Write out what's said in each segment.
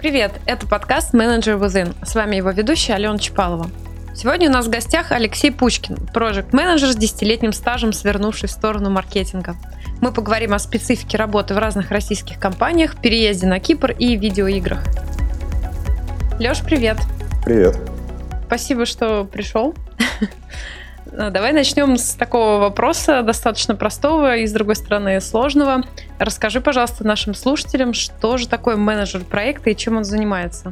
Привет, это подкаст Manager Within. С вами его ведущая Алена Чапалова. Сегодня у нас в гостях Алексей Пучкин, проект-менеджер с 10-летним стажем, свернувший в сторону маркетинга. Мы поговорим о специфике работы в разных российских компаниях, переезде на Кипр и видеоиграх. Лёш, привет. Привет. Спасибо, что пришел. Давай начнем с такого вопроса, достаточно простого и, с другой стороны, сложного. Расскажи, пожалуйста, нашим слушателям, что же такое менеджер проекта и чем он занимается?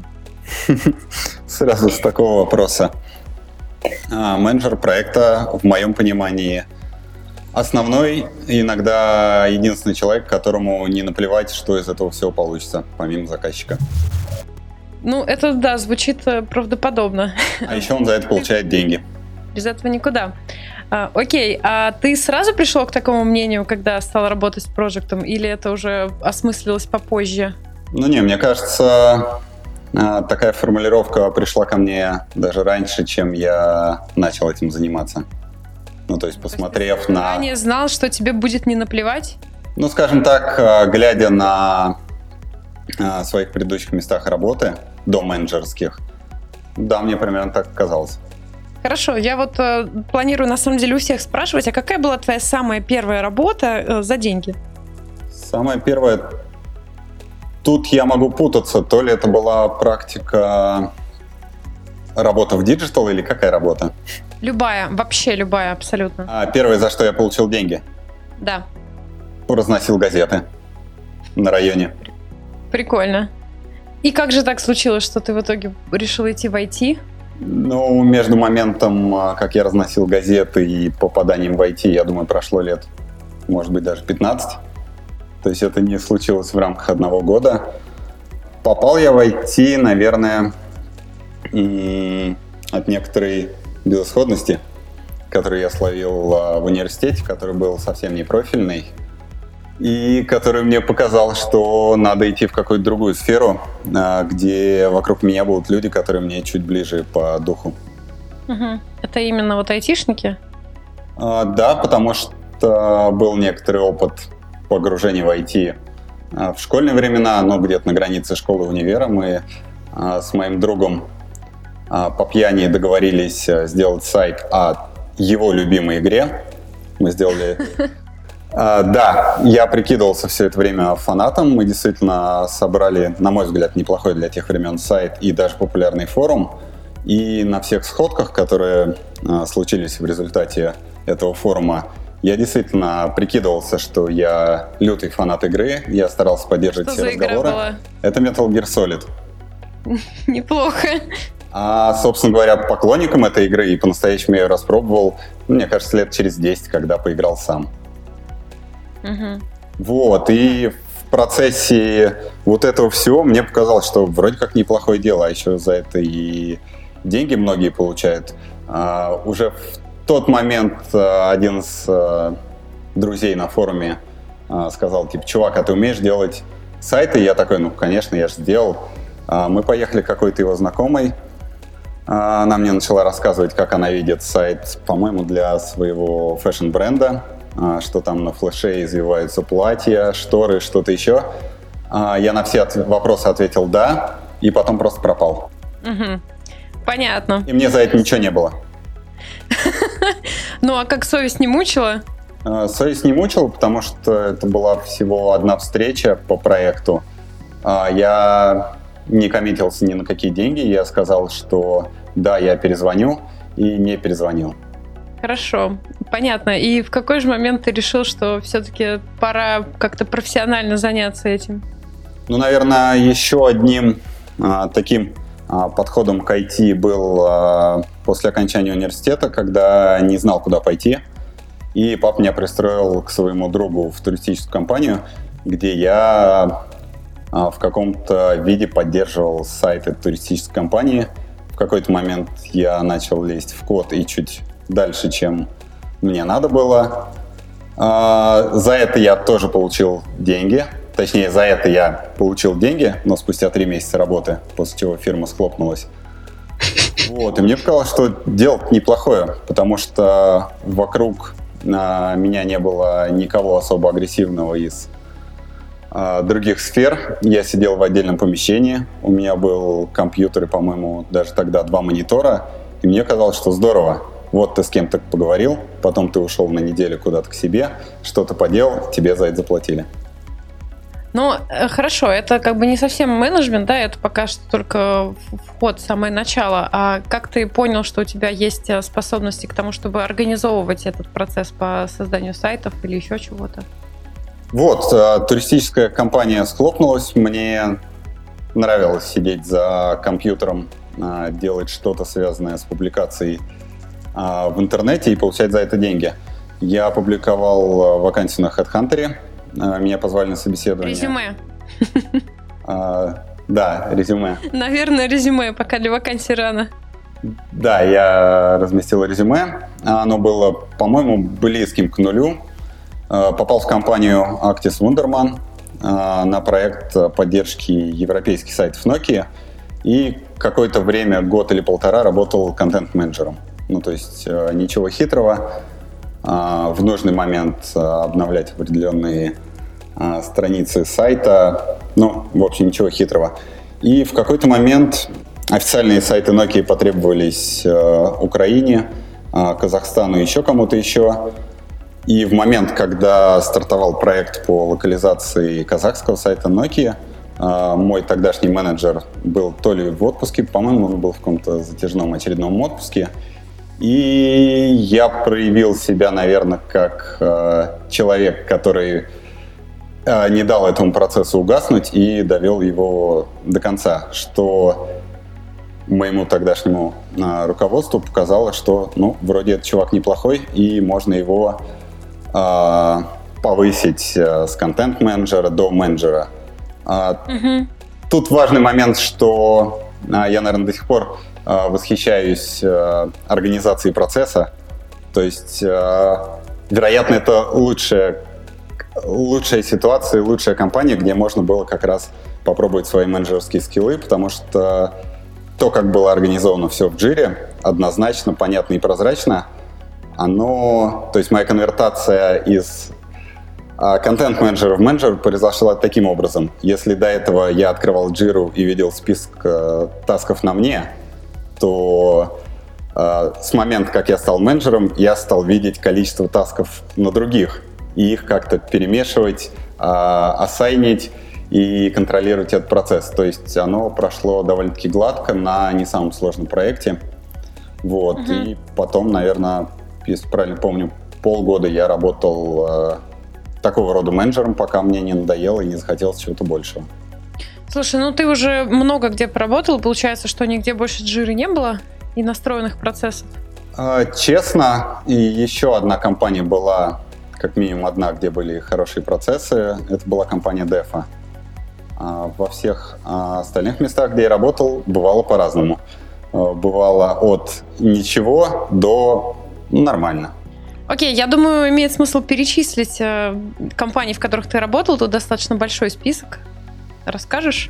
Сразу с такого вопроса. Менеджер проекта, в моем понимании, основной, иногда единственный человек, которому не наплевать, что из этого всего получится, помимо заказчика. Ну, это, да, звучит правдоподобно. А еще он за это получает деньги. Без этого никуда. Окей, а ты сразу пришел к такому мнению, когда стал работать с проектом, или это уже осмыслилось попозже? Ну не, мне кажется, такая формулировка пришла ко мне даже раньше, чем я начал этим заниматься. Ну, то есть, посмотрев на... Ты не знал, что тебе будет не наплевать? Ну, скажем так, глядя на своих предыдущих местах работы, до менеджерских, да, мне примерно так казалось. Хорошо, я вот планирую на самом деле у всех спрашивать, а какая была твоя самая первая работа за деньги? Самая первая... Тут я могу путаться, то ли это была практика работа в диджитал или какая работа? Любая, вообще любая, абсолютно. Первое, за что я получил деньги? Да. Разносил газеты на районе. Прикольно. И как же так случилось, что ты в итоге решил идти в IT? Ну, между моментом, как я разносил газеты, и попаданием в IT, я думаю, прошло лет, может быть, даже 15. То есть это не случилось в рамках одного года. Попал я в IT, наверное, от некоторой безысходности, которую я словил в университете, который был совсем не профильный, и который мне показал, что надо идти в какую-то другую сферу, где вокруг меня будут люди, которые мне чуть ближе по духу. Угу. Это именно вот айтишники? Да, потому что был некоторый опыт погружения в IT в школьные времена, но где-то на границе школы и универа. Мы с моим другом по пьяни договорились сделать сайт о его любимой игре. Мы сделали... Да, я прикидывался все это время фанатом. Мы действительно собрали, на мой взгляд, неплохой для тех времен сайт и даже популярный форум. И на всех сходках, которые случились в результате этого форума, я действительно прикидывался, что я лютый фанат игры. Я старался поддерживать все разговоры. Игра была? Это Metal Gear Solid. Неплохо. Собственно говоря, поклонником этой игры и по-настоящему я ее распробовал, мне кажется, лет через 10, когда поиграл сам. Угу. Вот, и в процессе вот этого всего мне показалось, что вроде как неплохое дело, а еще за это и деньги многие получают. Уже в тот момент один из друзей на форуме сказал, типа, чувак, а ты умеешь делать сайты? Я такой, ну, конечно, я же сделал. Мы поехали к какой-то его знакомой. Она мне начала рассказывать, как она видит сайт, по-моему, для своего фэшн-бренда, что там на флеше извиваются платья, шторы, что-то еще. Я на все вопросы ответил «да», и потом просто пропал. Угу. Понятно. И мне за это ничего не было. Ну, а как совесть не мучила? Совесть не мучила, потому что это была всего одна встреча по проекту. Я не коммитился ни на какие деньги. Я сказал, что да, я перезвоню, и не перезвонил. Хорошо, понятно. И в какой же момент ты решил, что все-таки пора как-то профессионально заняться этим? Ну, наверное, еще одним таким подходом к IT был после окончания университета, когда не знал, куда пойти. И папа меня пристроил к своему другу в туристическую компанию, где я в каком-то виде поддерживал сайт этой туристической компании. В какой-то момент я начал лезть в код и чуть дальше, чем мне надо было. За это я тоже получил деньги. Точнее, за это я получил деньги, но спустя 3 месяца работы, после чего фирма схлопнулась. Вот, и мне показалось, что дело неплохое, потому что вокруг меня не было никого особо агрессивного из других сфер. Я сидел в отдельном помещении, у меня был компьютер и, по-моему, даже тогда 2 монитора, и мне казалось, что здорово. Вот ты с кем-то поговорил, потом ты ушел на неделю куда-то к себе, что-то поделал, тебе за это заплатили. Ну, хорошо, это как бы не совсем менеджмент, да, это пока что только вход, самое начало. А как ты понял, что у тебя есть способности к тому, чтобы организовывать этот процесс по созданию сайтов или еще чего-то? Вот, туристическая компания схлопнулась, мне нравилось сидеть за компьютером, делать что-то связанное с публикацией в интернете и получать за это деньги. Я опубликовал вакансию на HeadHunter, меня позвали на собеседование. Резюме. Да, резюме. Наверное, резюме, пока для вакансии рано. Да, я разместил резюме. Оно было, по-моему, близким к нулю. Попал в компанию Actis Wunderman на проект поддержки европейских сайтов Nokia. И какое-то время, год или полтора, работал контент-менеджером. Ну, то есть ничего хитрого. В нужный момент обновлять определенные страницы сайта. Ну, в общем, ничего хитрого. И в какой-то момент официальные сайты Nokia потребовались Украине, Казахстану и еще кому-то еще. И в момент, когда стартовал проект по локализации казахского сайта Nokia, мой тогдашний менеджер был то ли в отпуске, по-моему, он был в каком-то затяжном очередном отпуске. И я проявил себя, наверное, как человек, который не дал этому процессу угаснуть и довел его до конца, что моему тогдашнему руководству показало, что, ну, вроде этот чувак неплохой, и можно его повысить с контент-менеджера до менеджера. Тут важный момент, что я, наверное, до сих пор восхищаюсь организацией процесса. То есть, вероятно, это лучшая ситуация, лучшая компания, где можно было как раз попробовать свои менеджерские скиллы, потому что то, как было организовано все в Jira, однозначно, понятно и прозрачно, то есть моя конвертация из контент-менеджера в менеджер произошла таким образом. Если до этого я открывал Jira и видел список тасков на мне, то с момента, как я стал менеджером, я стал видеть количество тасков на других и их как-то перемешивать, ассайнить и контролировать этот процесс. То есть оно прошло довольно-таки гладко на не самом сложном проекте. Вот. И потом, наверное, если правильно помню, полгода я работал такого рода менеджером, пока мне не надоело и не захотелось чего-то большего. Слушай, ну ты уже много где поработал, получается, что нигде больше Jira не было и настроенных процессов? Честно, и еще одна компания была, как минимум одна, где были хорошие процессы, это была компания DEFA. Во всех остальных местах, где я работал, бывало по-разному. Бывало от ничего до нормально. Окей, я думаю, имеет смысл перечислить компании, в которых ты работал. Тут достаточно большой список. Расскажешь?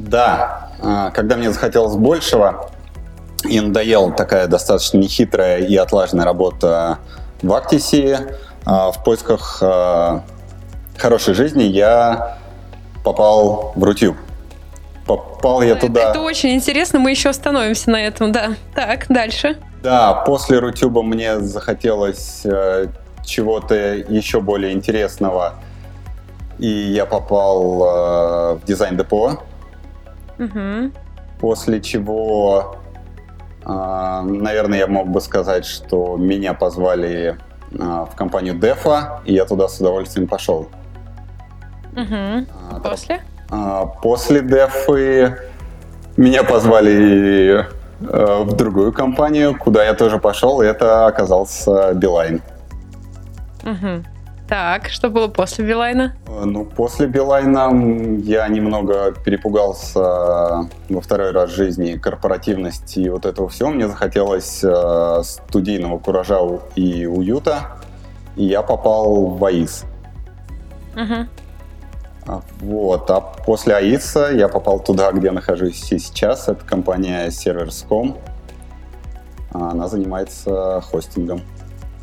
Да. Когда мне захотелось большего и надоела такая достаточно нехитрая и отлаженная работа в Actis, в поисках хорошей жизни я попал в Rutube. Попал я туда... Это очень интересно, мы еще остановимся на этом, да. Так, дальше. Да, после Рутюба мне захотелось чего-то еще более интересного, и я попал в дизайн-депо. После чего, наверное, я мог бы сказать, что меня позвали в компанию DEFA, и я туда с удовольствием пошел. После? После DEFA меня позвали в другую компанию, куда я тоже пошел, и это оказался Билайн. Так, что было после Билайна? Ну, после Билайна я немного перепугался во второй раз в жизни корпоративности и вот этого всего. Мне захотелось студийного куража и уюта, и я попал в АИС. Вот. А после АИСа я попал туда, где нахожусь и сейчас. Это компания Servers.com. Она занимается хостингом.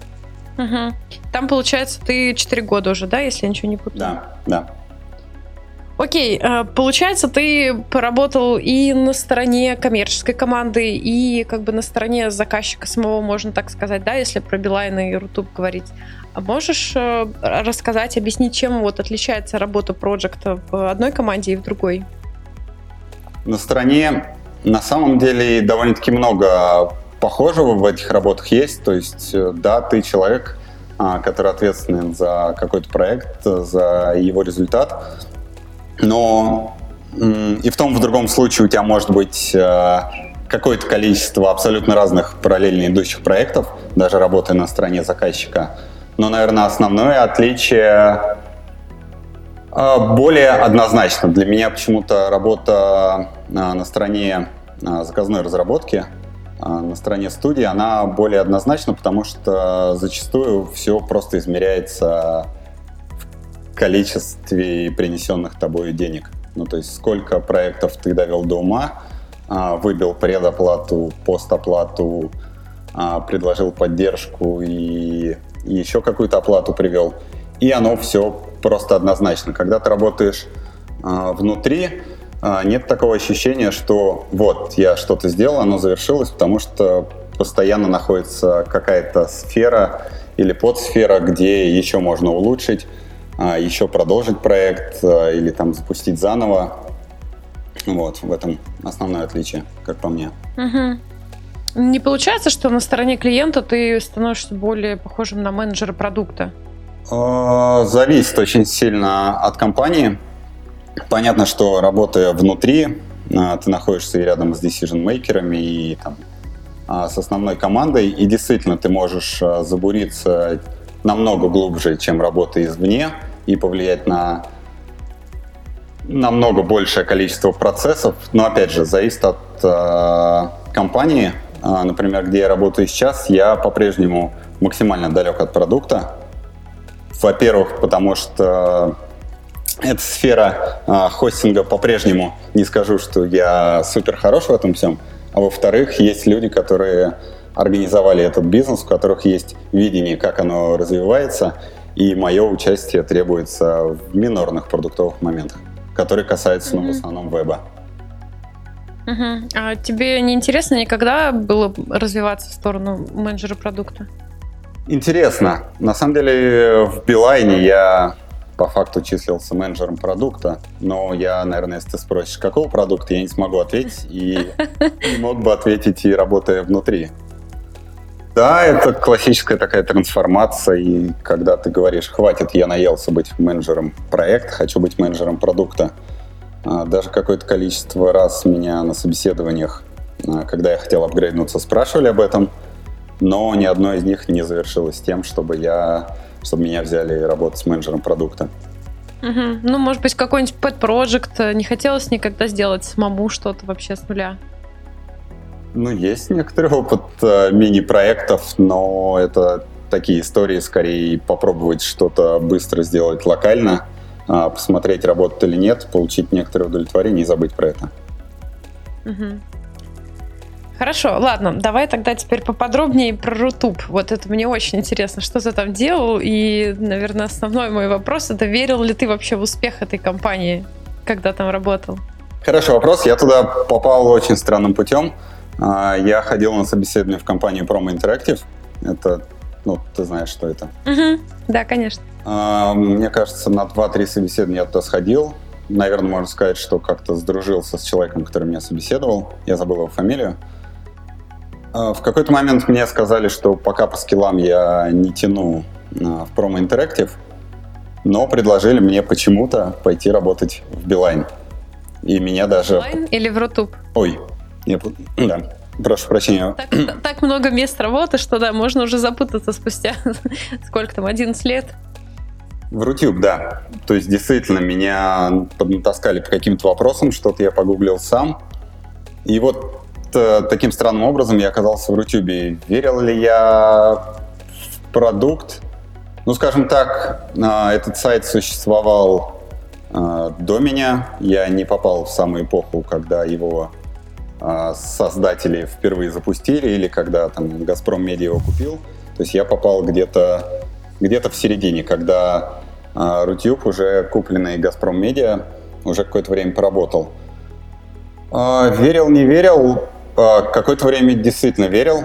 Там, получается, ты 4 года уже, да, если я ничего не путаю? Да. окей, получается, ты поработал и на стороне коммерческой команды, и как бы на стороне заказчика самого, можно так сказать, да, если про Билайн и Рутуб говорить. А можешь рассказать, объяснить, чем вот отличается работа проекта в одной команде и в другой? На стороне, на самом деле, довольно-таки много похожего в этих работах есть. То есть, да, ты человек, который ответственен за какой-то проект, за его результат. Но и в том, и в другом случае у тебя может быть какое-то количество абсолютно разных параллельно идущих проектов, даже работая на стороне заказчика. Но, наверное, основное отличие более однозначно. Для меня почему-то работа на стороне заказной разработки, на стороне студии, она более однозначна, потому что зачастую все просто измеряется в количестве принесенных тобой денег. Ну, то есть сколько проектов ты довел до ума, выбил предоплату, постоплату, предложил поддержку и еще какую-то оплату привел. И оно все просто однозначно. Когда ты работаешь внутри, нет такого ощущения, что вот, я что-то сделал, оно завершилось, потому что постоянно находится какая-то сфера или подсфера, где еще можно улучшить, еще продолжить проект или там запустить заново. Вот, в этом основное отличие, как по мне. Угу. Не получается, что на стороне клиента ты становишься более похожим на менеджера продукта? Зависит очень сильно от компании. Понятно, что работая внутри, ты находишься и рядом с decision-мейкерами, и там, с основной командой, и действительно ты можешь забуриться намного глубже, чем работая извне, и повлиять на намного большее количество процессов. Но опять же, зависит от компании. Например, где я работаю сейчас, я по-прежнему максимально далек от продукта. Во-первых, потому что эта сфера хостинга по-прежнему, не скажу, что я супер хорош в этом всем. А во-вторых, есть люди, которые организовали этот бизнес, у которых есть видение, как оно развивается, и мое участие требуется в минорных продуктовых моментах, которые касаются, в основном веба. А тебе не интересно никогда было развиваться в сторону менеджера продукта? Интересно. На самом деле в Билайне я по факту числился менеджером продукта, но я, наверное, если ты спросишь, какого продукта, я не смогу ответить, и не мог бы ответить и работая внутри. Да, это классическая такая трансформация, и когда ты говоришь, хватит, я наелся быть менеджером проекта, хочу быть менеджером продукта. Даже какое-то количество раз меня на собеседованиях, когда я хотел апгрейднуться, спрашивали об этом, но ни одно из них не завершилось тем, чтобы меня взяли работать с менеджером продукта. Угу. Ну, может быть, какой-нибудь pet-project не хотелось никогда сделать самому что-то вообще с нуля? Ну, есть некоторый опыт мини-проектов, но это такие истории, скорее попробовать что-то быстро сделать локально, посмотреть, работает или нет, получить некоторое удовлетворение и забыть про это. Угу. Хорошо, ладно, давай тогда теперь поподробнее про Рутуб. Вот это мне очень интересно, что ты там делал, и, наверное, основной мой вопрос — это верил ли ты вообще в успех этой компании, когда там работал? Хороший вопрос. Я туда попал очень странным путем. Я ходил на собеседование в компанию Promo Interactive. Это, ты знаешь, что это. Угу. Да, конечно. Мне кажется, на 2-3 собеседования я туда сходил. Наверное, можно сказать, что как-то сдружился с человеком, который меня собеседовал. Я забыл его фамилию. В какой-то момент мне сказали, что пока по скиллам я не тяну в Promo Interactive, но предложили мне почему-то пойти работать в Билайн. И меня даже... Билайн или в Рутуб? Ой, да, прошу прощения. Так много мест работы, что да, можно уже запутаться спустя сколько там, 11 лет. В Рутуб, да. То есть действительно меня поднатаскали по каким-то вопросам, что-то я погуглил сам. И вот таким странным образом я оказался в Рутубе. Верил ли я в продукт? Ну, скажем так, этот сайт существовал до меня. Я не попал в самую эпоху, когда его создатели впервые запустили, или когда там Газпром Медиа его купил. То есть я попал где-то в середине, когда Рутуб, уже купленный Газпром Медиа, уже какое-то время поработал. Верил, не верил, какое-то время действительно верил.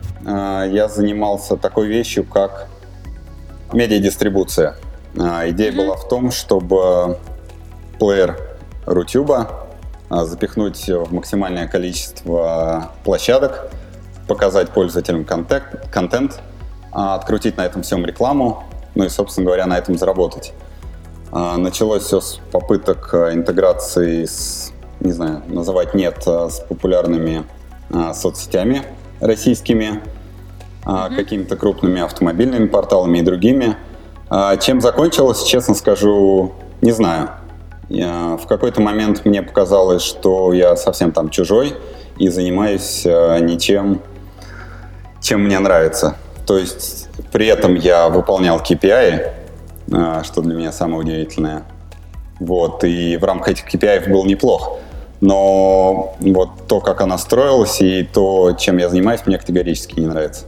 Я занимался такой вещью, как медиадистрибуция. Идея была в том, чтобы плеер Рутюба запихнуть в максимальное количество площадок, показать пользователям контент, открутить на этом всем рекламу, ну и, собственно говоря, на этом заработать. Началось все с попыток интеграции с, не знаю, называть нет, с популярными соцсетями российскими, какими-то крупными автомобильными порталами и другими. Чем закончилось, честно скажу, не знаю. В какой-то момент мне показалось, что я совсем там чужой и занимаюсь ничем, чем мне нравится. То есть при этом я выполнял KPI, что для меня самое удивительное. Вот, и в рамках этих KPI был неплох. Но вот то, как она строилась, и то, чем я занимаюсь, мне категорически не нравится.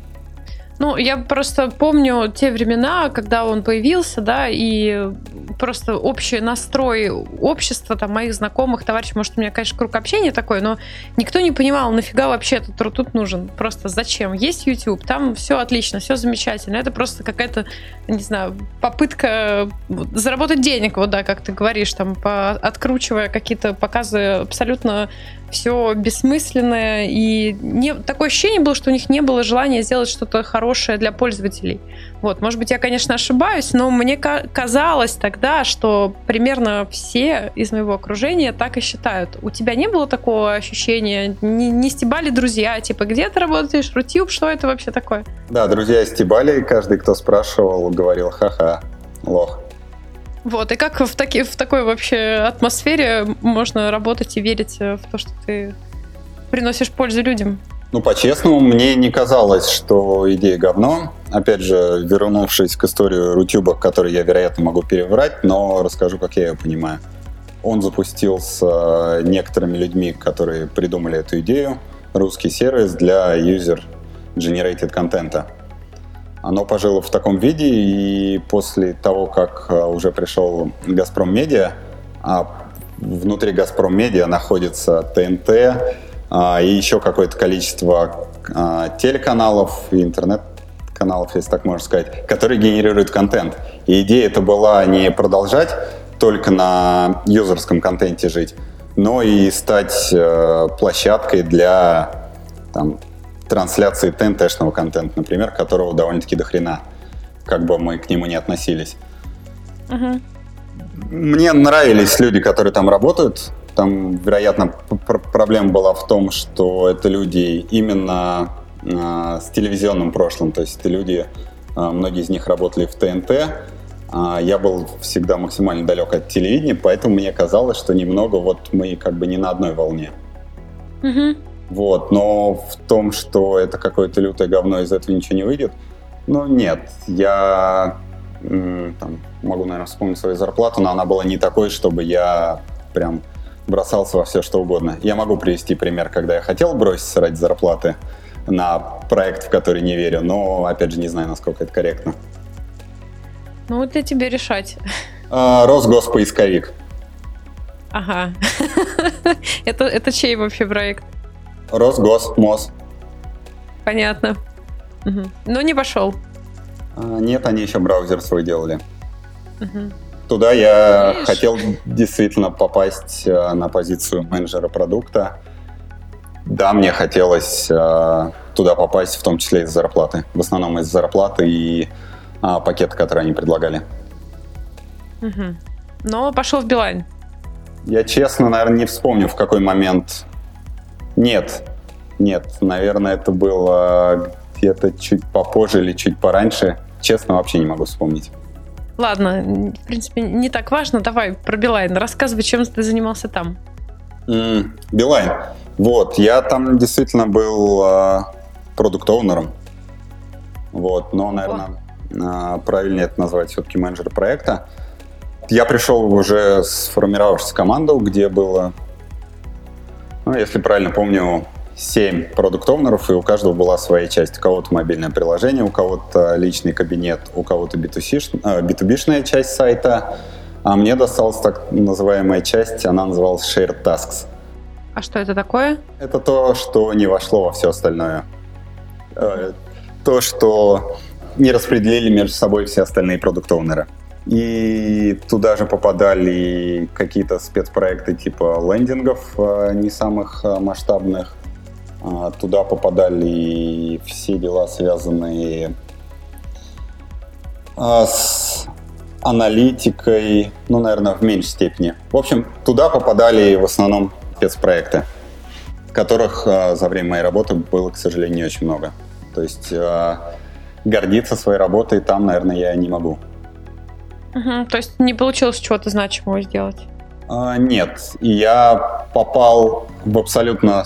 Ну, я просто помню те времена, когда он появился, да, и просто общий настрой общества, там, моих знакомых, товарищей, может, у меня, конечно, круг общения такой, но никто не понимал, нафига вообще этот труд тут нужен, просто зачем? Есть YouTube, там все отлично, все замечательно, это просто какая-то, не знаю, попытка заработать денег, вот, да, как ты говоришь, там, откручивая какие-то показы абсолютно все бессмысленное, и такое ощущение было, что у них не было желания сделать что-то хорошее для пользователей. Вот, может быть, я, конечно, ошибаюсь, но мне казалось тогда, что примерно все из моего окружения так и считают. У тебя не было такого ощущения? Не стебали друзья, типа, где ты работаешь, Рутюб, что это вообще такое? Да, друзья стебали, и каждый, кто спрашивал, говорил: ха-ха, лох. Вот, и как в такой вообще атмосфере можно работать и верить в то, что ты приносишь пользу людям? Ну, по-честному, мне не казалось, что идея говно. Опять же, вернувшись к истории Рутюба, которую я, вероятно, могу переврать, но расскажу, как я ее понимаю. Он запустил с некоторыми людьми, которые придумали эту идею, русский сервис для user-generated контента. Оно пожило в таком виде, и после того, как уже пришел «Газпром Медиа», а внутри «Газпром Медиа» находится ТНТ и еще какое-то количество телеканалов и интернет-каналов, если так можно сказать, которые генерируют контент. И идея это была не продолжать только на юзерском контенте жить, но и стать площадкой для трансляции ТНТ-шного контента, например, которого довольно-таки дохрена, как бы мы к нему не относились. Мне нравились люди, которые там работают. Там, вероятно, проблема была в том, что это люди именно с телевизионным прошлым. То есть это люди, многие из них работали в ТНТ. Я был всегда максимально далек от телевидения, поэтому мне казалось, что немного вот мы как бы не на одной волне. Вот, но в том, что это какое-то лютое говно, из этого ничего не выйдет, ну нет, я могу, наверное, вспомнить свою зарплату, но она была не такой, чтобы я прям бросался во все что угодно. Я могу привести пример, когда я хотел броситься ради зарплаты на проект, в который не верю, но, опять же, не знаю, насколько это корректно. Ну, вот и тебе решать. Росгоспоисковик. Ага. Это чей вообще проект? Росгосмос. Понятно. Но не пошел. Нет, они еще браузер свой делали. Туда я хотел действительно попасть на позицию менеджера продукта. Да, мне хотелось туда попасть, в том числе из-за зарплаты. В основном из-за зарплаты и пакета, который они предлагали. Но пошел в Билайн. Я, честно, наверное, не вспомню, в какой момент. Нет, наверное, это было где-то чуть попозже или чуть пораньше. Честно, вообще не могу вспомнить. Ладно, в принципе, не так важно. Давай про Билайн. Рассказывай, чем ты занимался там. Билайн. Вот, я там действительно был продукт-оунером. Вот, но, наверное, правильнее это назвать все-таки менеджер проекта. Я пришел уже сформировавшись в команду, где было, если правильно помню, 7 продукт-оунеров, и у каждого была своя часть. У кого-то мобильное приложение, у кого-то личный кабинет, у кого-то B2B-шная часть сайта, А мне досталась так называемая часть, она называлась Shared Tasks. А что это такое? Это то, что не вошло во все остальное. То, что не распределили между собой все остальные продукт-оунеры. И туда же попадали какие-то спецпроекты типа лендингов, не самых масштабных. Туда попадали все дела, связанные с аналитикой, наверное, в меньшей степени. В общем, туда попадали в основном спецпроекты, которых за время моей работы было, к сожалению, не очень много. То есть гордиться своей работой там, наверное, я не могу. То есть не получилось чего-то значимого сделать? Нет. И я попал в абсолютно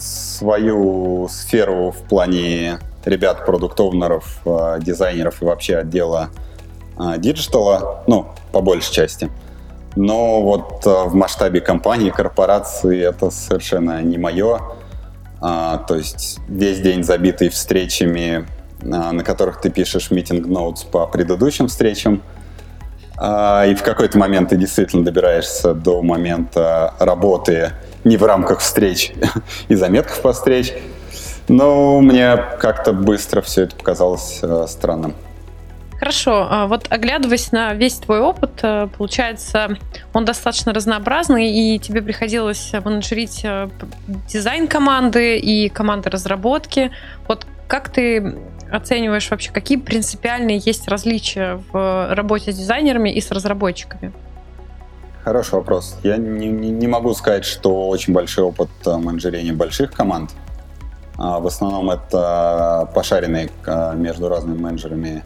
свою сферу в плане ребят, продукт-оунеров, дизайнеров и вообще отдела диджитала, по большей части. Но вот в масштабе компании, корпорации это совершенно не мое. То есть весь день забитый встречами, на которых ты пишешь митинг-ноутс по предыдущим встречам. И в какой-то момент ты действительно добираешься до момента работы не в рамках встреч и заметках по встреч. Но мне как-то быстро все это показалось странным. Хорошо. Вот оглядываясь на весь твой опыт, получается, он достаточно разнообразный, и тебе приходилось менеджерить дизайн команды и команды разработки. Вот как ты оцениваешь вообще, какие принципиальные есть различия в работе с дизайнерами и с разработчиками? Хороший вопрос. Я не могу сказать, что очень большой опыт менеджерения больших команд. В основном это пошаренные между разными менеджерами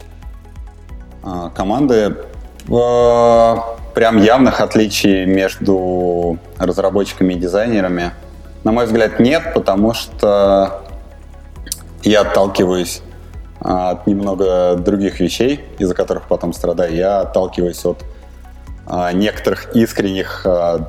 команды. Прям явных отличий между разработчиками и дизайнерами, на мой взгляд, нет, потому что я отталкиваюсь от немного других вещей, из-за которых потом страдаю. Я отталкиваюсь от некоторых искренних,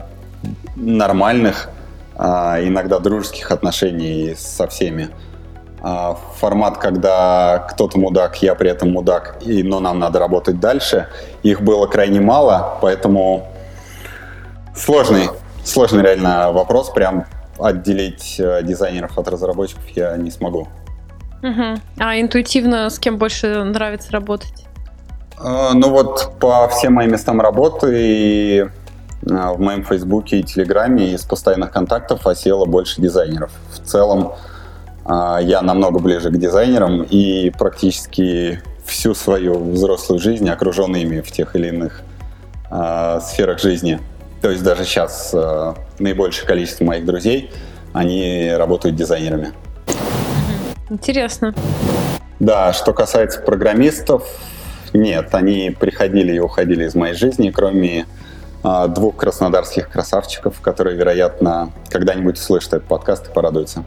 нормальных, иногда дружеских отношений со всеми. Формат, когда кто-то мудак, я при этом мудак, но нам надо работать дальше, их было крайне мало, поэтому сложный реально вопрос. Прям отделить дизайнеров от разработчиков я не смогу. А интуитивно с кем больше нравится работать? По всем моим местам работы и в моем Фейсбуке и Телеграме из постоянных контактов осело больше дизайнеров. В целом я намного ближе к дизайнерам и практически всю свою взрослую жизнь окружен ими в тех или иных сферах жизни. То есть даже сейчас наибольшее количество моих друзей, они работают дизайнерами. Интересно. Да, что касается программистов, нет, они приходили и уходили из моей жизни, кроме двух краснодарских красавчиков, которые, вероятно, когда-нибудь услышат этот подкаст и порадуются.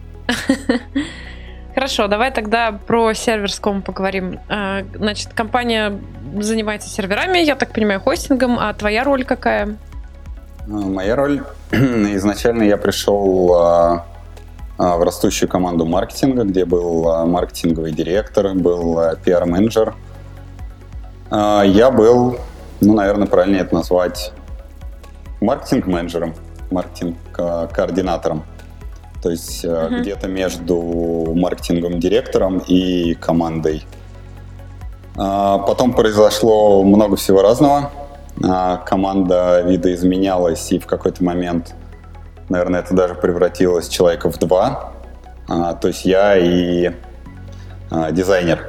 Хорошо, давай тогда про серверском поговорим. Значит, компания занимается серверами, я так понимаю, хостингом, а твоя роль какая? Моя роль? Изначально я пришел в растущую команду маркетинга, где был маркетинговый директор, был PR-менеджер. Я был, наверное, правильнее это назвать маркетинг-менеджером, маркетинг-координатором. То есть где-то между маркетинговым директором и командой. Потом произошло много всего разного. Команда видоизменялась, и в какой-то момент, наверное, это даже превратилось человека в два. То есть я и дизайнер.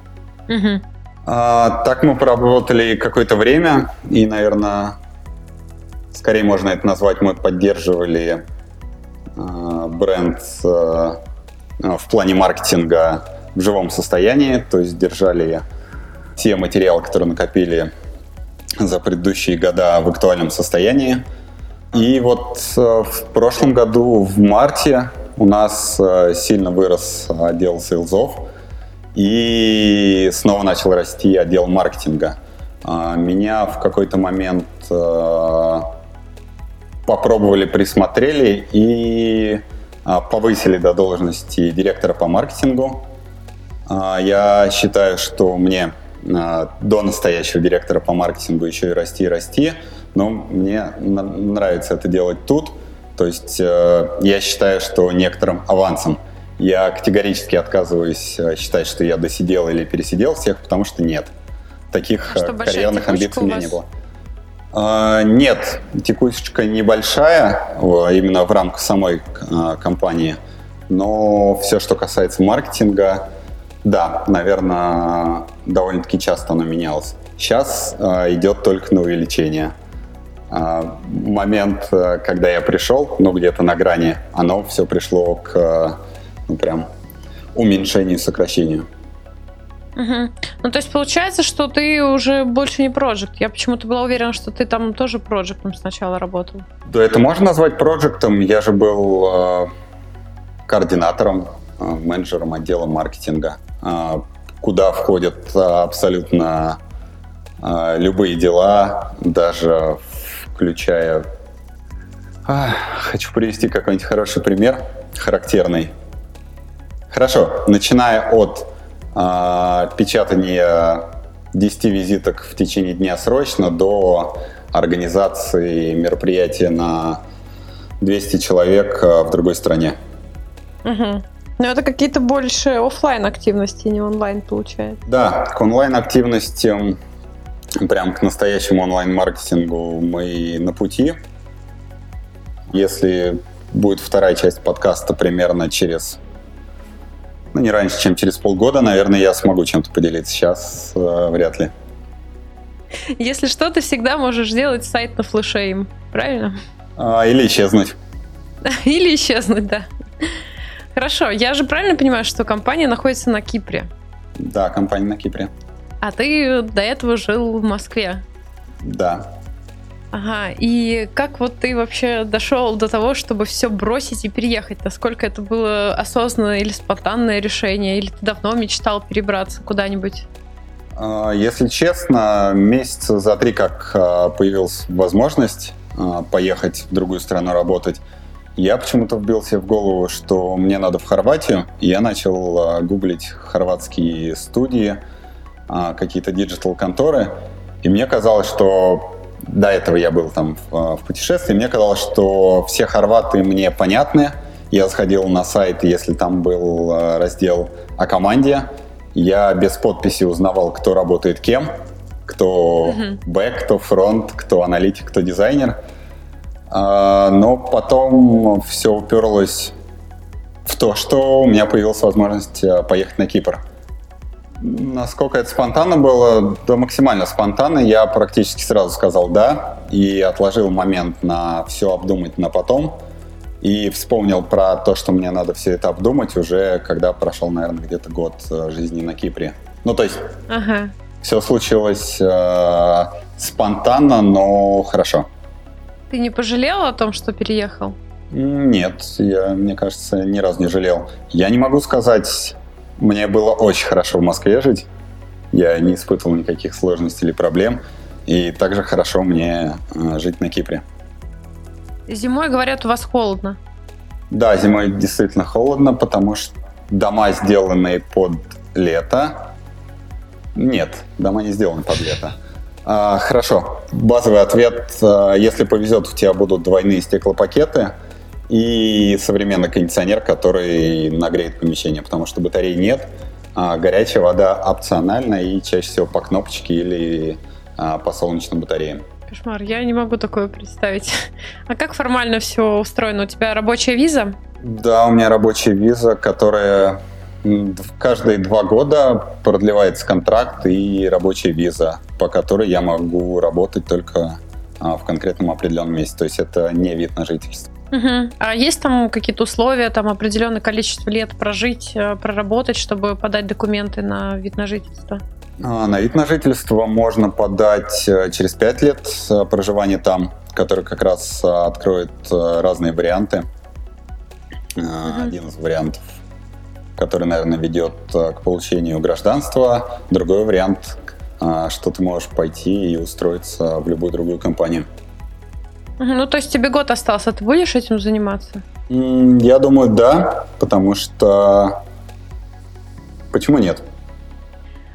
Так мы проработали какое-то время, и, наверное, скорее можно это назвать, мы поддерживали бренд в плане маркетинга в живом состоянии, то есть держали те материалы, которые накопили за предыдущие года в актуальном состоянии. И вот в прошлом году, в марте, у нас сильно вырос отдел сейлзов, и снова начал расти отдел маркетинга. Меня в какой-то момент попробовали, присмотрели и повысили до должности директора по маркетингу. Я считаю, что мне до настоящего директора по маркетингу еще и расти, и расти. Но мне нравится это делать тут. То есть я считаю, что некоторым авансом. Я категорически отказываюсь считать, что я досидел или пересидел всех, потому что нет. Таких карьерных амбиций у меня не было. Нет, текучка небольшая, именно в рамках самой компании. Но все, что касается маркетинга, да, наверное, довольно-таки часто оно менялось. Сейчас идет только на увеличение. Момент, когда я пришел, где-то на грани, оно все пришло к прям уменьшению, сокращению. Ну, то есть получается, что ты уже больше не проджект. Я почему-то была уверена, что ты там тоже проджектом сначала работал. Да, это можно назвать проджектом. Я же был координатором, менеджером отдела маркетинга, куда входят абсолютно любые дела, даже включая... Хочу привести какой-нибудь хороший пример, характерный. Хорошо, начиная от печатания 10 визиток в течение дня срочно до организации мероприятия на 200 человек в другой стране. Но это какие-то больше офлайн активности, не онлайн, получается. Да, к онлайн-активностям, прям к настоящему онлайн-маркетингу мы на пути. Если будет вторая часть подкаста примерно через, не раньше, чем через полгода, наверное, я смогу чем-то поделиться. Сейчас вряд ли. Если что, ты всегда можешь сделать сайт на флеше им, правильно? Или исчезнуть. Или исчезнуть, да. Хорошо, я же правильно понимаю, что компания находится на Кипре? Да, компания на Кипре. А ты до этого жил в Москве? Да. Ага, и как вот ты вообще дошел до того, чтобы все бросить и переехать? Насколько это было осознанное или спонтанное решение? Или ты давно мечтал перебраться куда-нибудь? Если честно, месяца за 3, как появилась возможность поехать в другую страну работать, я почему-то вбил себе в голову, что мне надо в Хорватию, и я начал гуглить хорватские студии, какие-то диджитал-конторы, и мне казалось, что до этого я был там в путешествии, мне казалось, что все хорваты мне понятны. Я заходил на сайт, если там был раздел о команде, я без подписи узнавал, кто работает кем, кто бэк, кто фронт, кто аналитик, кто дизайнер. Но потом все уперлось в то, что у меня появилась возможность поехать на Кипр. Насколько это спонтанно было? Да, максимально спонтанно. Я практически сразу сказал «да» и отложил момент на все обдумать на потом. И вспомнил про то, что мне надо все это обдумать уже, когда прошел, наверное, где-то год жизни на Кипре. Ну, то есть все случилось спонтанно, но хорошо. Ты не пожалел о том, что переехал? Нет, я, мне кажется, ни разу не жалел. Я не могу сказать, мне было очень хорошо в Москве жить. Я не испытывал никаких сложностей или проблем. И также хорошо мне жить на Кипре. Зимой, говорят, у вас холодно. Да, зимой действительно холодно, потому что дома, сделанные под лето... Нет, дома не сделаны под лето. Хорошо, базовый ответ. Если повезет, у тебя будут двойные стеклопакеты и современный кондиционер, который нагреет помещение, потому что батарей нет, а горячая вода опциональна и чаще всего по кнопочке или по солнечным батареям. Кошмар, я не могу такое представить. А как формально все устроено? У тебя рабочая виза? Да, у меня рабочая виза, которая каждые 2 года продлевается контракт и рабочая виза, по которой я могу работать только в конкретном определенном месте. То есть это не вид на жительство. А есть там какие-то условия, там определенное количество лет прожить, проработать, чтобы подать документы на вид на жительство? На вид на жительство можно подать через 5 лет проживания там, который как раз откроет разные варианты. Один из вариантов, который, наверное, ведет к получению гражданства. Другой вариант, что ты можешь пойти и устроиться в любую другую компанию. Ну, то есть тебе год остался, ты будешь этим заниматься? Я думаю, да, потому что... Почему нет?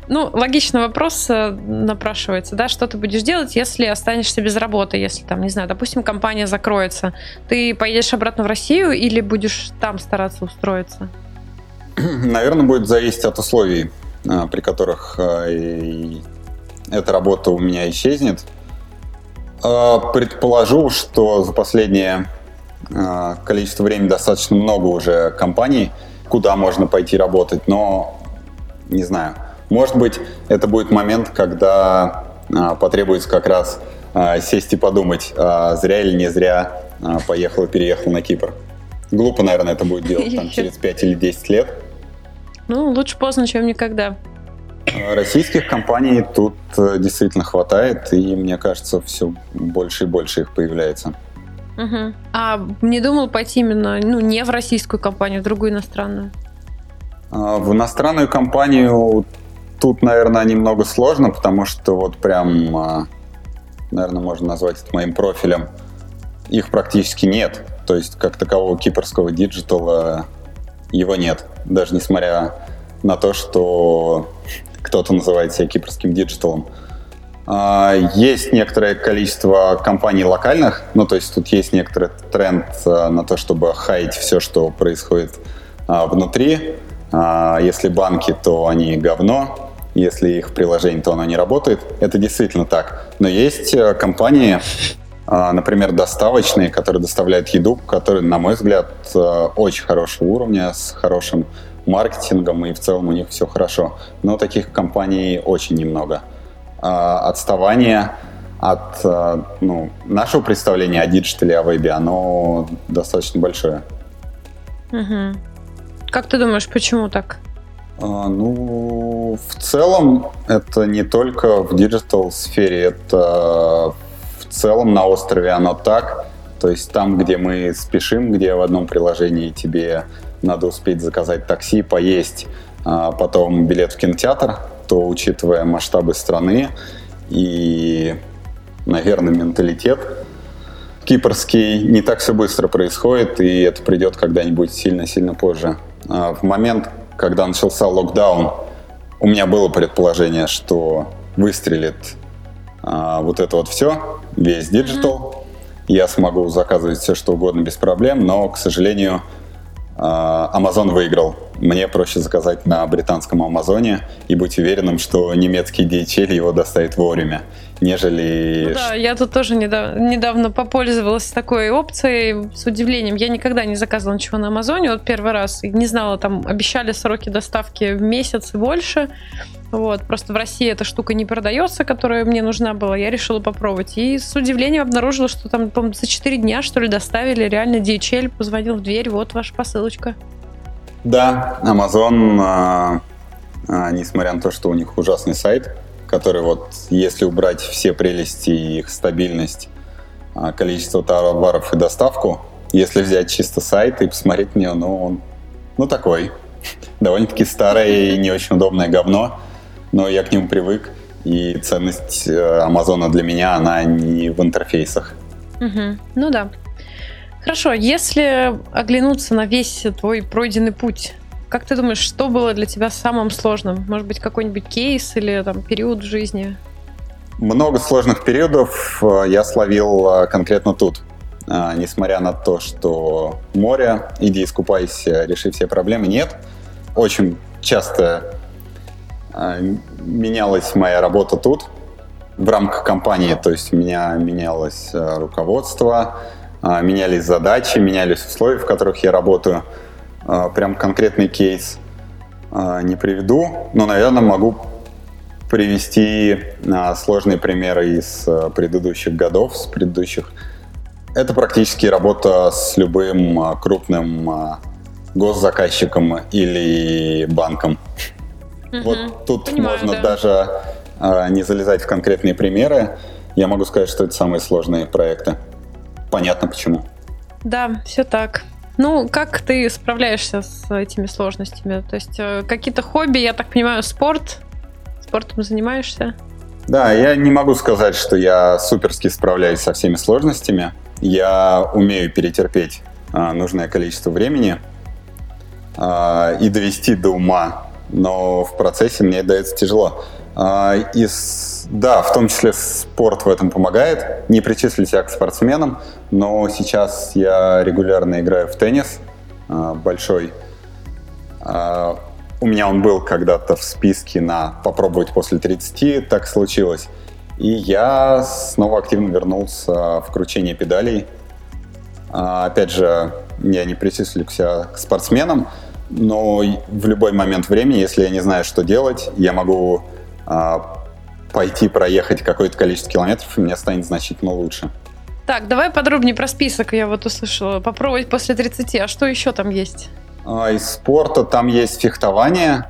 Ну, логичный вопрос напрашивается, да, что ты будешь делать, если останешься без работы, если там, не знаю, допустим, компания закроется. Ты поедешь обратно в Россию или будешь там стараться устроиться? Наверное, будет зависеть от условий, при которых эта работа у меня исчезнет. Предположу, что за последнее количество времени достаточно много уже компаний, куда можно пойти работать, но не знаю. Может быть, это будет момент, когда потребуется как раз сесть и подумать, зря или не зря поехал и переехал на Кипр. Глупо, наверное, это будет делать там, через 5 или 10 лет. Ну, лучше поздно, чем никогда. Российских компаний тут действительно хватает, и мне кажется, все больше и больше их появляется. Угу. А не думал пойти именно, не в российскую компанию, в другую иностранную? В иностранную компанию тут, наверное, немного сложно, потому что вот прям, наверное, можно назвать это моим профилем. Их практически нет. То есть, как такового кипрского диджитала его нет. Даже несмотря на то, что кто-то называет себя кипрским диджиталом. Есть некоторое количество компаний локальных, то есть тут есть некоторый тренд на то, чтобы хаять все, что происходит внутри. Если банки, то они говно, если их приложение, то оно не работает. Это действительно так. Но есть компании, например, доставочные, которые доставляют еду, которые, на мой взгляд, очень хорошего уровня, с хорошим маркетингом, и в целом у них все хорошо. Но таких компаний очень немного. Отставание от нашего представления о диджитале, о вебе, оно достаточно большое. Угу. Как ты думаешь, почему так? В целом, это не только в диджитал-сфере, это в целом на острове оно так. То есть там, где мы спешим, где в одном приложении тебе надо успеть заказать такси, поесть, потом билет в кинотеатр, то, учитывая масштабы страны и, наверное, менталитет кипрский, не так все быстро происходит, и это придет когда-нибудь сильно-сильно позже. В момент, когда начался локдаун, у меня было предположение, что выстрелит вот это вот все, весь диджитал, я смогу заказывать все, что угодно без проблем, но, к сожалению, Amazon выиграл. Мне проще заказать на британском Амазоне и быть уверенным, что немецкий DHL его доставит вовремя, нежели... Да, я тут тоже недавно попользовалась такой опцией с удивлением. Я никогда не заказывала ничего на Амазоне, вот первый раз, и не знала, там обещали сроки доставки в месяц и больше. Вот, просто в России эта штука не продается, которая мне нужна была, я решила попробовать. И с удивлением обнаружила, что там, по-моему, за 4 дня, что ли, доставили, реально DHL позвонил в дверь, вот ваша посылочка. Да, Amazon, несмотря на то, что у них ужасный сайт, который вот, если убрать все прелести и их стабильность, количество товаров и доставку, если взять чисто сайт и посмотреть на него, он такой, довольно-таки старое и не очень удобное говно, но я к нему привык, и ценность Амазона для меня, она не в интерфейсах. Угу. Ну да. Хорошо, если оглянуться на весь твой пройденный путь, как ты думаешь, что было для тебя самым сложным? Может быть, какой-нибудь кейс или там период в жизни? Много сложных периодов я словил конкретно тут. Несмотря на то, что море, иди искупайся, реши все проблемы, нет. Очень часто менялась моя работа тут в рамках компании, то есть у меня менялось руководство, менялись задачи, менялись условия, в которых я работаю. Прям конкретный кейс не приведу, но, наверное, могу привести сложные примеры из предыдущих годов, с предыдущих. Это практически работа с любым крупным госзаказчиком или банком. Вот тут понимаю, можно даже не залезать в конкретные примеры. Я могу сказать, что это самые сложные проекты. Понятно почему. Да, все так. Ну, как ты справляешься с этими сложностями? То есть какие-то хобби, я так понимаю, спорт? Спортом занимаешься? Да, я не могу сказать, что я суперски справляюсь со всеми сложностями. Я умею перетерпеть нужное количество времени и довести до ума но в процессе мне это дается тяжело. Да, в том числе спорт в этом помогает. Не причислю себя к спортсменам, но сейчас я регулярно играю в теннис большой. У меня он был когда-то в списке на попробовать после 30, так случилось. И я снова активно вернулся в кручение педалей. Опять же, я не причислю себя к спортсменам, но в любой момент времени, если я не знаю, что делать, я могу пойти проехать какое-то количество километров, и мне станет значительно лучше. Так, давай подробнее про список, я вот услышала. Попробовать после 30, а что еще там есть? Из спорта там есть фехтование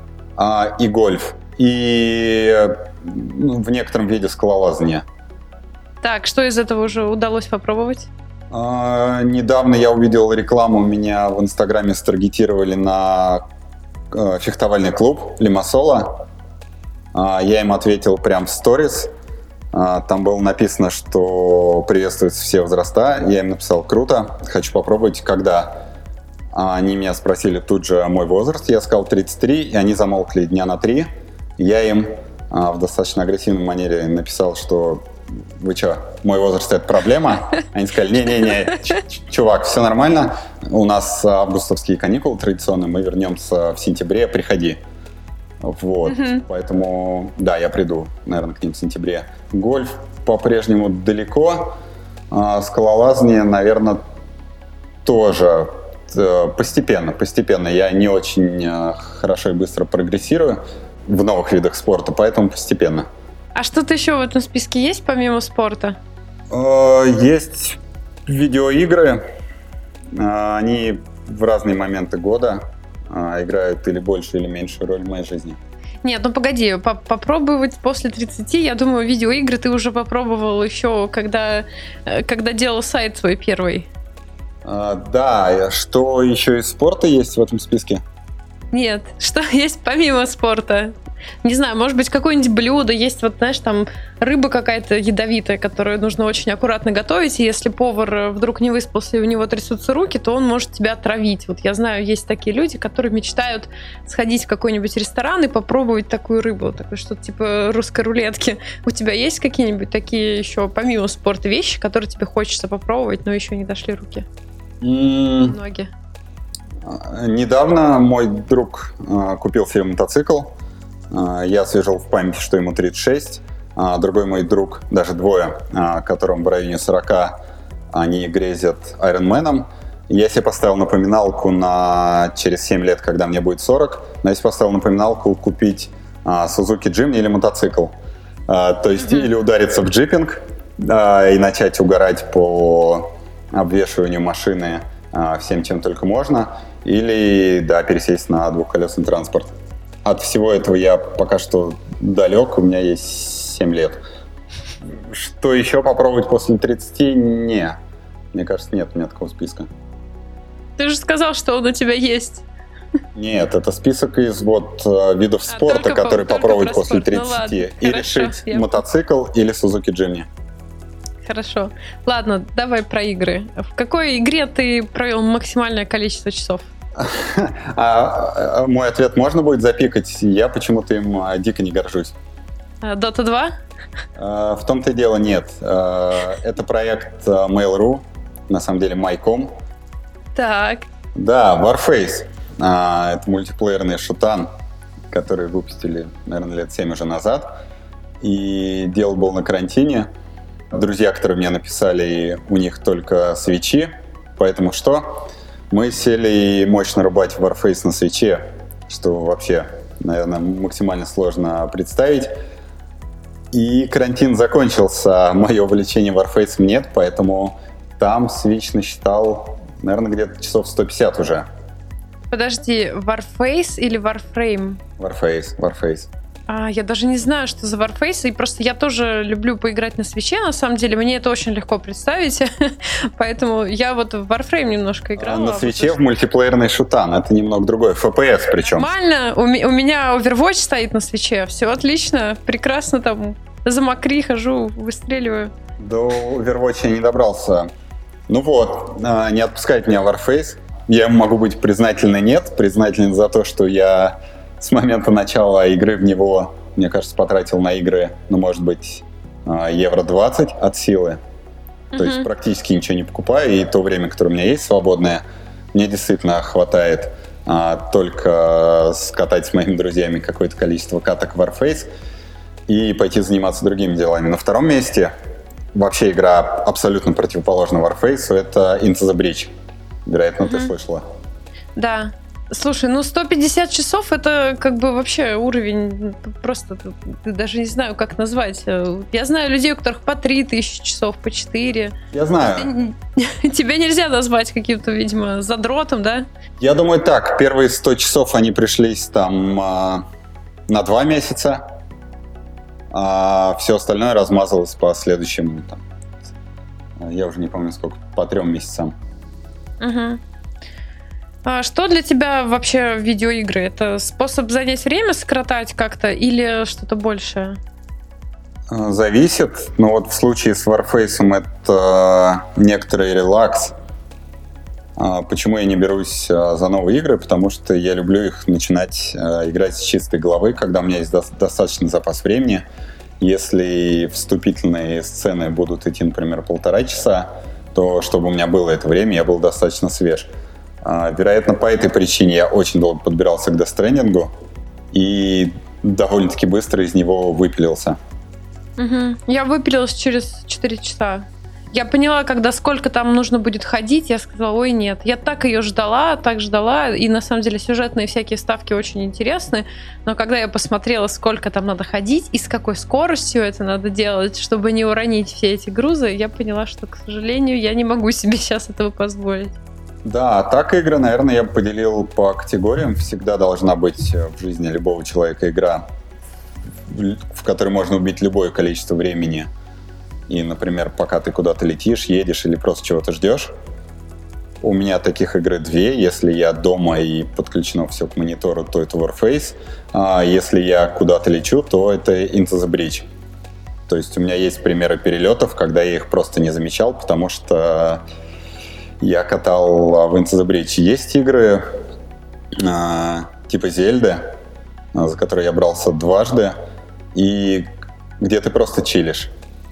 и гольф, и в некотором виде скалолазание. Так, что из этого уже удалось попробовать? Недавно я увидел рекламу, меня в Инстаграме старгетировали на фехтовальный клуб Лимассола. Я им ответил прям в сторис. Там было написано, что приветствуются все возраста. Я им написал: круто, хочу попробовать, когда. Они меня спросили тут же мой возраст. Я сказал 33, и они замолкли дня на 3. Я им в достаточно агрессивной манере написал, что вы что, мой возраст — это проблема? Они сказали: не-не-не, чувак, все нормально. У нас августовские каникулы традиционные, мы вернемся в сентябре, приходи. Вот, поэтому, да, я приду, наверное, к ним в сентябре. Гольф по-прежнему далеко, скалолазание, наверное, тоже постепенно. Я не очень хорошо и быстро прогрессирую в новых видах спорта, поэтому постепенно. А что-то еще в этом списке есть, помимо спорта? Есть видеоигры, они в разные моменты года играют или большую, или меньшую роль в моей жизни. Нет, ну погоди, попробовать после 30, я думаю, видеоигры ты уже попробовал еще, когда делал сайт свой первый. Да, что еще из спорта есть в этом списке? Нет, что есть помимо спорта? Не знаю, может быть, какое-нибудь блюдо есть, вот знаешь, там рыба какая-то ядовитая, которую нужно очень аккуратно готовить, и если повар вдруг не выспался и у него трясутся руки, то он может тебя отравить. Вот я знаю, есть такие люди, которые мечтают сходить в какой-нибудь ресторан и попробовать такую рыбу, такое что-то типа русской рулетки. У тебя есть какие-нибудь такие еще, помимо спорта, вещи, которые тебе хочется попробовать, но еще не дошли руки? Ноги. Недавно мой друг купил себе мотоцикл. Я освежил в памяти, что ему 36. Другой мой друг, даже двое, которым в районе 40, они грезят Айронменом. Я себе поставил напоминалку на через 7 лет, когда мне будет 40. Но я себе поставил напоминалку купить Suzuki Jimny или мотоцикл. То есть или удариться в джипинг и начать угорать по обвешиванию машины всем, чем только можно, или, да, пересесть на двухколесный транспорт. От всего этого я пока что далек, у меня есть 7 лет. Что еще попробовать после 30? Не. Мне кажется, нет у меня такого списка. Ты же сказал, что он у тебя есть. Нет, это список из видов спорта, которые попробовать после 30. Ну, ладно, и хорошо, решить мотоцикл или Suzuki Jimny. Хорошо. Ладно, давай про игры. В какой игре ты провел максимальное количество часов? Мой ответ можно будет запикать. Я почему-то им дико не горжусь. Dota 2? В том-то и дело нет. Это проект Mail.ru, на самом деле Майком. Так. Да, Warface. Это мультиплеерный шутан, который выпустили, наверное, лет 7 уже назад. И дело было на карантине. Друзья, которые мне написали, у них только свитчи. Поэтому что? Мы сели мощно рубать в Warface на свитче, что вообще, наверное, максимально сложно представить. И карантин закончился, мое увлечение Warface нет, поэтому там свитч насчитал, наверное, где-то часов 150 уже. Подожди, Warface или Warframe? Warface. Я даже не знаю, что за Warface, и просто я тоже люблю поиграть на свитче, на самом деле, мне это очень легко представить, поэтому я вот в Warframe немножко играла. На свитче в мультиплеерный шутан, это немного другой, FPS причем. Нормально, у меня Overwatch стоит на свитче, все отлично, прекрасно там, за Макри хожу, выстреливаю. До Overwatch я не добрался. Ну вот, не отпускает меня Warface, я могу быть признателен за то, что я с момента начала игры в него, мне кажется, потратил на игры, ну, может быть, евро 20 от силы. То есть практически ничего не покупаю, и то время, которое у меня есть свободное, мне действительно хватает только скатать с моими друзьями какое-то количество каток в Warface и пойти заниматься другими делами. На втором месте вообще игра абсолютно противоположна Warface, это Into the Breach. Вероятно, ты слышала. Да. Слушай, 150 часов это как бы вообще уровень, просто даже не знаю, как назвать. Я знаю людей, у которых по 3000 часов, по 4. Я знаю. Тебя нельзя назвать каким-то, видимо, задротом, да? Я думаю так, первые 100 часов они пришлись там на 2 месяца, а все остальное размазалось по следующим, там, я уже не помню сколько, по 3 месяцам. А что для тебя вообще видеоигры? Это способ занять время, скоротать как-то или что-то большее? Зависит. Но вот в случае с Warface это некоторый релакс. Почему я не берусь за новые игры? Потому что я люблю их начинать играть с чистой головы, когда у меня есть достаточный запас времени. Если вступительные сцены будут идти, например, 1,5 часа, то чтобы у меня было это время, я был достаточно свеж. Вероятно, по этой причине я очень долго подбирался к Death Stranding и довольно-таки быстро из него выпилился. Я выпилилась через 4 часа. Я поняла, когда сколько там нужно будет ходить, я сказала, ой, нет. Я так ее ждала, и на самом деле сюжетные всякие ставки очень интересны, но когда я посмотрела, сколько там надо ходить и с какой скоростью это надо делать, чтобы не уронить все эти грузы, я поняла, что, к сожалению, я не могу себе сейчас этого позволить. Да, так игры, наверное, я бы поделил по категориям. Всегда должна быть в жизни любого человека игра, в которой можно убить любое количество времени. И, например, пока ты куда-то летишь, едешь или просто чего-то ждешь. У меня таких игр 2. Если я дома и подключено все к монитору, то это Warface. А если я куда-то лечу, то это Into the Breach. То есть у меня есть примеры перелетов, когда я их просто не замечал, потому что я катал в Into the Breach. Есть игры типа Зельды, за которые я брался дважды, и где ты просто чилишь.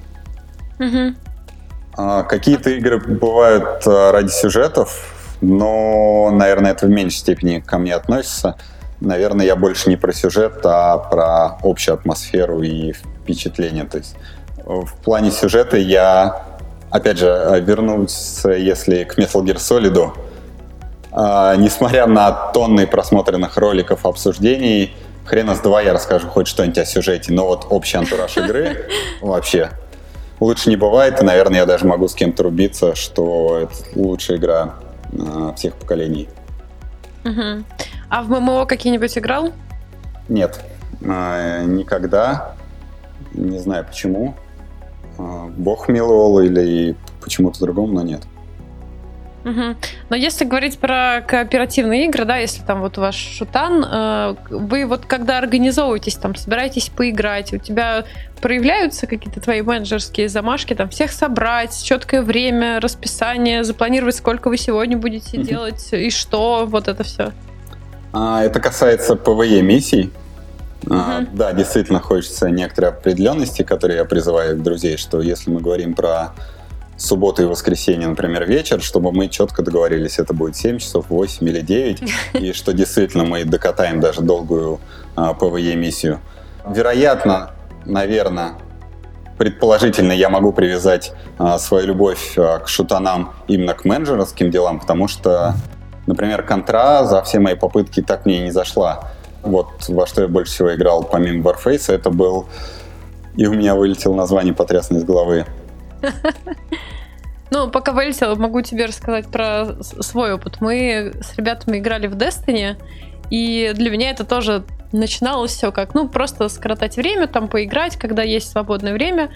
Какие-то игры бывают ради сюжетов, но, наверное, это в меньшей степени ко мне относится. Наверное, я больше не про сюжет, а про общую атмосферу и впечатление. То есть в плане сюжета я, опять же, вернусь, если к Metal Gear Solid, несмотря на тонны просмотренных роликов, обсуждений, хрена с два я расскажу хоть что-нибудь о сюжете, но вот общий антураж игры вообще лучше не бывает, и, наверное, я даже могу с кем-то рубиться, что это лучшая игра всех поколений. А в ММО какие-нибудь играл? Нет, никогда. Не знаю почему. Бог миловал или почему-то другому, но нет. Но если говорить про кооперативные игры, да, если там вот ваш шутан, вы вот когда организовываетесь, там, собираетесь поиграть, у тебя проявляются какие-то твои менеджерские замашки, там, всех собрать, четкое время, расписание, запланировать, сколько вы сегодня будете делать и что, вот это все? Это касается PvE-миссий. Да, действительно хочется некоторой определенности, которые я призываю друзей, что если мы говорим про субботу и воскресенье, например, вечер, чтобы мы четко договорились, это будет 7 часов, 8 или 9, и что действительно мы докатаем даже долгую PvE-миссию. Вероятно, наверное, предположительно, я могу привязать свою любовь к шутанам именно к менеджерским делам, потому что, например, Контра за все мои попытки так мне и не зашла. Вот во что я больше всего играл помимо Warface, это был... И у меня вылетело название потрясно из головы. Ну, пока вылетело, могу тебе рассказать про свой опыт. Мы с ребятами играли в Destiny, и для меня это тоже начиналось все как, просто скоротать время, там поиграть, когда есть свободное время.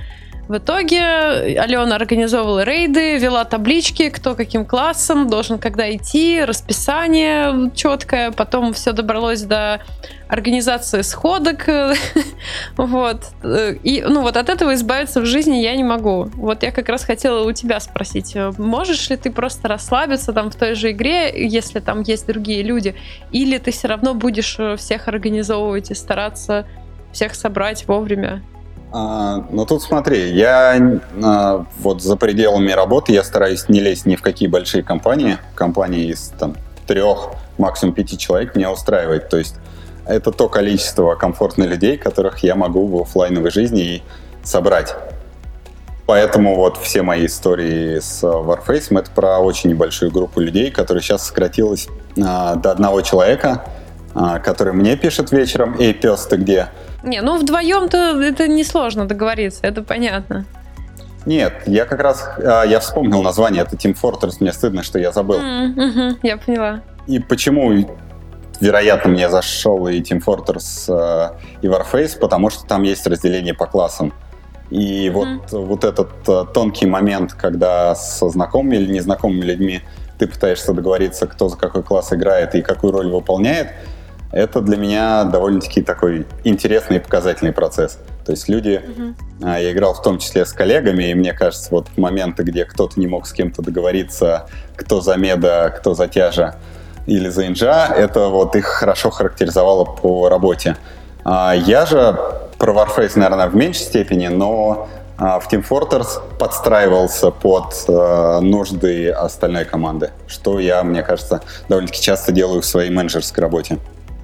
В итоге Алена организовывала рейды, вела таблички, кто каким классом должен когда идти, расписание четкое, потом все добралось до организации сходок, вот. И, вот от этого избавиться в жизни я не могу. Вот я как раз хотела у тебя спросить, можешь ли ты просто расслабиться там в той же игре, если там есть другие люди, или ты все равно будешь всех организовывать и стараться всех собрать вовремя? Ну тут смотри, я вот за пределами работы я стараюсь не лезть ни в какие большие компании. Компании из там 3, максимум 5 человек меня устраивает. То есть это то количество комфортных людей, которых я могу в офлайновой жизни и собрать. Поэтому вот все мои истории с Warface это про очень небольшую группу людей, которая сейчас сократилась до 1 человека, который мне пишет вечером: «Эй, пес, ты где?» Не, вдвоем-то это несложно договориться, это понятно. Нет, я как раз, я вспомнил название, это Team Fortress, мне стыдно, что я забыл. Я поняла. И почему, вероятно, мне зашел и Team Fortress, и Warface, потому что там есть разделение по классам. И вот этот тонкий момент, когда со знакомыми или незнакомыми людьми ты пытаешься договориться, кто за какой класс играет и какую роль выполняет, это для меня довольно-таки такой интересный и показательный процесс. То есть люди, я играл в том числе с коллегами, и мне кажется, вот моменты, где кто-то не мог с кем-то договориться, кто за меда, кто за тяжа или за инжа, это вот их хорошо характеризовало по работе. Я же про Warface, наверное, в меньшей степени, но в Team Fortress подстраивался под нужды остальной команды, что я, мне кажется, довольно-таки часто делаю в своей менеджерской работе.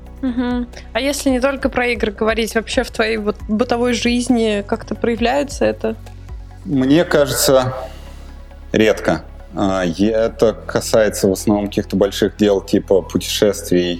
А если не только про игры говорить, вообще в твоей вот бытовой жизни как-то проявляется это? Мне кажется, редко. Это касается в основном каких-то больших дел типа путешествий.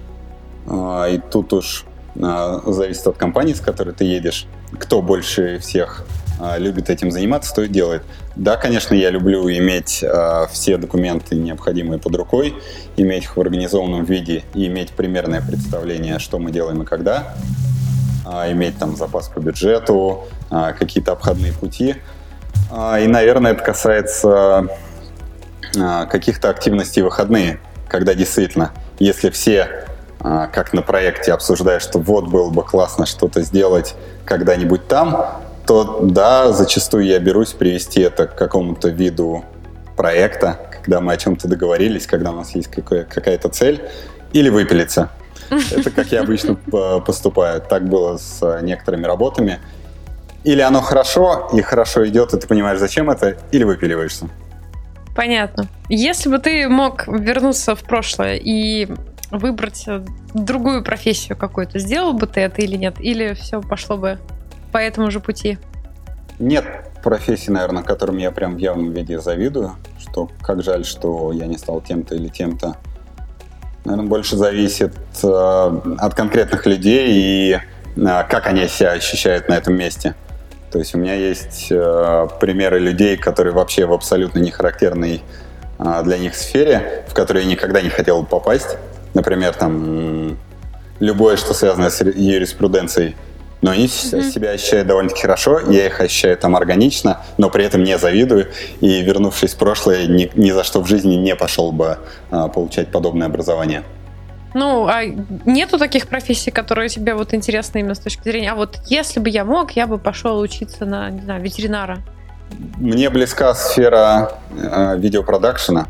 И тут уж зависит от компании, с которой ты едешь. Кто больше всех любит этим заниматься, то и делает. Да, конечно, я люблю иметь все документы, необходимые под рукой, иметь их в организованном виде и иметь примерное представление, что мы делаем и когда, иметь там запас по бюджету, какие-то обходные пути. И, наверное, это касается каких-то активностей в выходные, когда действительно, если все, как на проекте, обсуждают, что вот было бы классно что-то сделать когда-нибудь там, то да, зачастую я берусь привести это к какому-то виду проекта, когда мы о чем-то договорились, когда у нас есть какая-то цель, или выпилиться. Это как я обычно поступаю. Так было с некоторыми работами. Или оно хорошо, и хорошо идет, и ты понимаешь, зачем это, или выпиливаешься. Понятно. Если бы ты мог вернуться в прошлое и выбрать другую профессию какую-то, сделал бы ты это или нет? Или все пошло бы по этому же пути? Нет профессии, наверное, которым я прям в явном виде завидую, что как жаль, что я не стал тем-то или тем-то. Наверное, больше зависит от конкретных людей и как они себя ощущают на этом месте. То есть у меня есть примеры людей, которые вообще в абсолютно не характерной для них сфере, в которую я никогда не хотел попасть. Например, там любое, что связано с юриспруденцией. Но они себя ощущают довольно-таки хорошо, я их ощущаю там органично, но при этом не завидую. И, вернувшись в прошлое, ни за что в жизни не пошел бы получать подобное образование. А нету таких профессий, которые тебе вот интересны именно с точки зрения, а вот если бы я мог, я бы пошел учиться на, не знаю, ветеринара? Мне близка сфера видеопродакшена,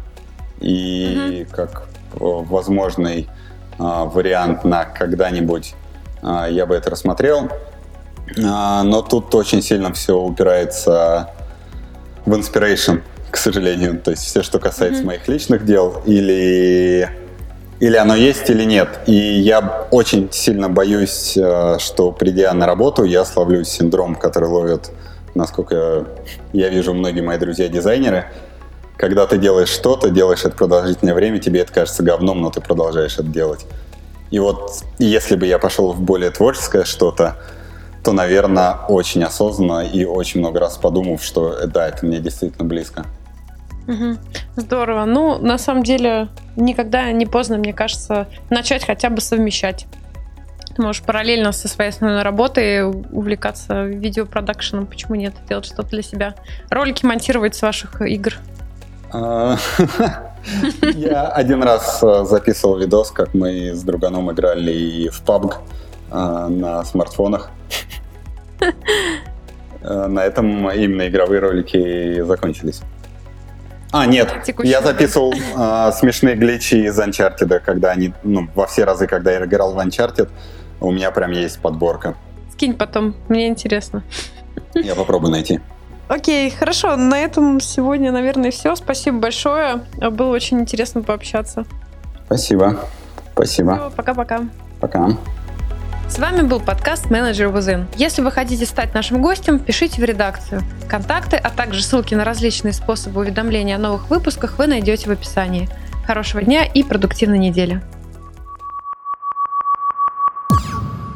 и как возможный вариант на когда-нибудь я бы это рассмотрел, но тут очень сильно все упирается в inspiration, к сожалению. То есть все, что касается моих личных дел, или оно есть, или нет. И я очень сильно боюсь, что придя на работу, я словлю синдром, который ловят, насколько я вижу, многие мои друзья-дизайнеры. Когда ты делаешь что-то, делаешь это продолжительное время, тебе это кажется говном, но ты продолжаешь это делать. И вот если бы я пошел в более творческое что-то, то, наверное, очень осознанно и очень много раз подумав, что да, это мне действительно близко. Здорово. На самом деле, никогда не поздно, мне кажется, начать хотя бы совмещать. Ты можешь параллельно со своей основной работой увлекаться видеопродакшеном. Почему нет? Делать что-то для себя. Ролики монтировать с ваших игр. Я один раз записывал видос, как мы с друганом играли и в PUBG на смартфонах. На этом именно игровые ролики закончились. Нет, я записывал смешные гличи из Uncharted, когда они, во все разы, когда я играл в Uncharted, у меня прям есть подборка. Скинь потом, мне интересно. Я попробую найти. Окей, хорошо, на этом сегодня, наверное, все. Спасибо большое, было очень интересно пообщаться. Спасибо. Все, пока-пока. Пока. С вами был подкаст Manager Within. Если вы хотите стать нашим гостем, пишите в редакцию. Контакты, а также ссылки на различные способы уведомления о новых выпусках вы найдете в описании. Хорошего дня и продуктивной недели.